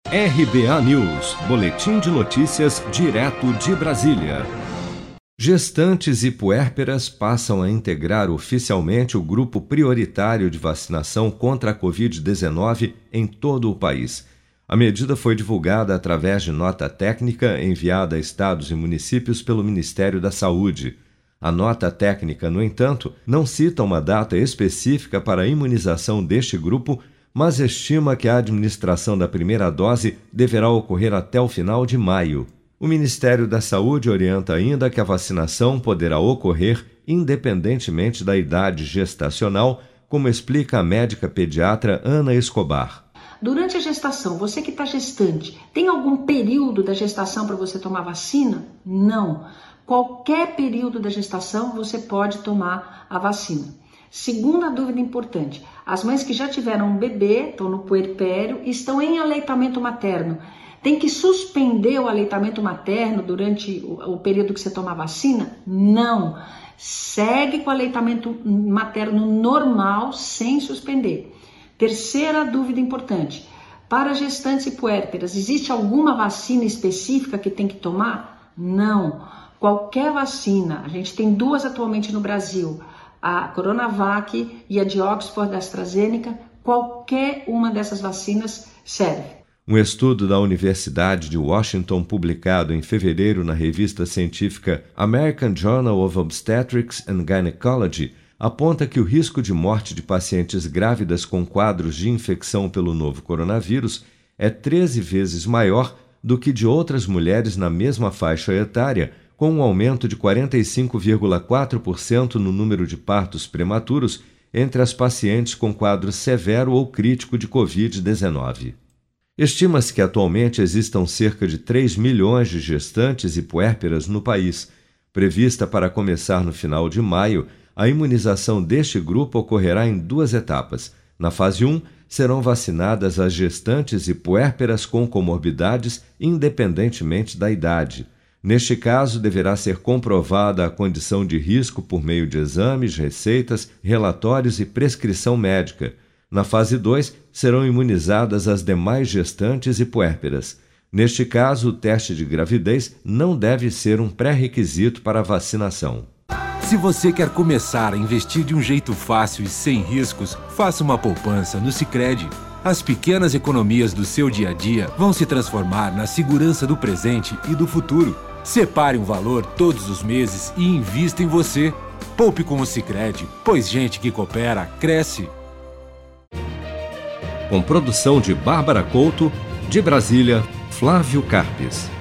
RBA News, boletim de notícias direto de Brasília. Gestantes e puérperas passam a integrar oficialmente o grupo prioritário de vacinação contra a Covid-19 em todo o país. A medida foi divulgada através de nota técnica enviada a estados e municípios pelo Ministério da Saúde. A nota técnica, no entanto, não cita uma data específica para a imunização deste grupo, mas estima que a administração da primeira dose deverá ocorrer até o final de maio. O Ministério da Saúde orienta ainda que a vacinação poderá ocorrer independentemente da idade gestacional, como explica a médica pediatra Ana Escobar. Durante a gestação, você que está gestante, tem algum período da gestação para você tomar vacina? Não. Qualquer período da gestação você pode tomar a vacina. Segunda dúvida importante, as mães que já tiveram um bebê, estão no puerpério, estão em aleitamento materno. Tem que suspender o aleitamento materno durante o período que você toma a vacina? Não. Segue com o aleitamento materno normal, sem suspender. Terceira dúvida importante, para gestantes e puérperas, existe alguma vacina específica que tem que tomar? Não. Qualquer vacina, a gente tem duas atualmente no Brasil, a Coronavac e a de Oxford da AstraZeneca, qualquer uma dessas vacinas serve. Um estudo da Universidade de Washington, publicado em fevereiro na revista científica American Journal of Obstetrics and Gynecology, aponta que o risco de morte de pacientes grávidas com quadros de infecção pelo novo coronavírus é 13 vezes maior do que de outras mulheres na mesma faixa etária, com um aumento de 45,4% no número de partos prematuros entre as pacientes com quadro severo ou crítico de Covid-19. Estima-se que atualmente existam cerca de 3 milhões de gestantes e puérperas no país. Prevista para começar no final de maio, a imunização deste grupo ocorrerá em 2 etapas. Na fase 1, serão vacinadas as gestantes e puérperas com comorbidades, independentemente da idade. Neste caso, deverá ser comprovada a condição de risco por meio de exames, receitas, relatórios e prescrição médica. Na fase 2, serão imunizadas as demais gestantes e puérperas. Neste caso, o teste de gravidez não deve ser um pré-requisito para a vacinação. Se você quer começar a investir de um jeito fácil e sem riscos, faça uma poupança no Sicredi. As pequenas economias do seu dia a dia vão se transformar na segurança do presente e do futuro. Separe um valor todos os meses e invista em você. Poupe com o Sicredi, pois gente que coopera, cresce. Com produção de Bárbara Couto, de Brasília, Flávio Carpes.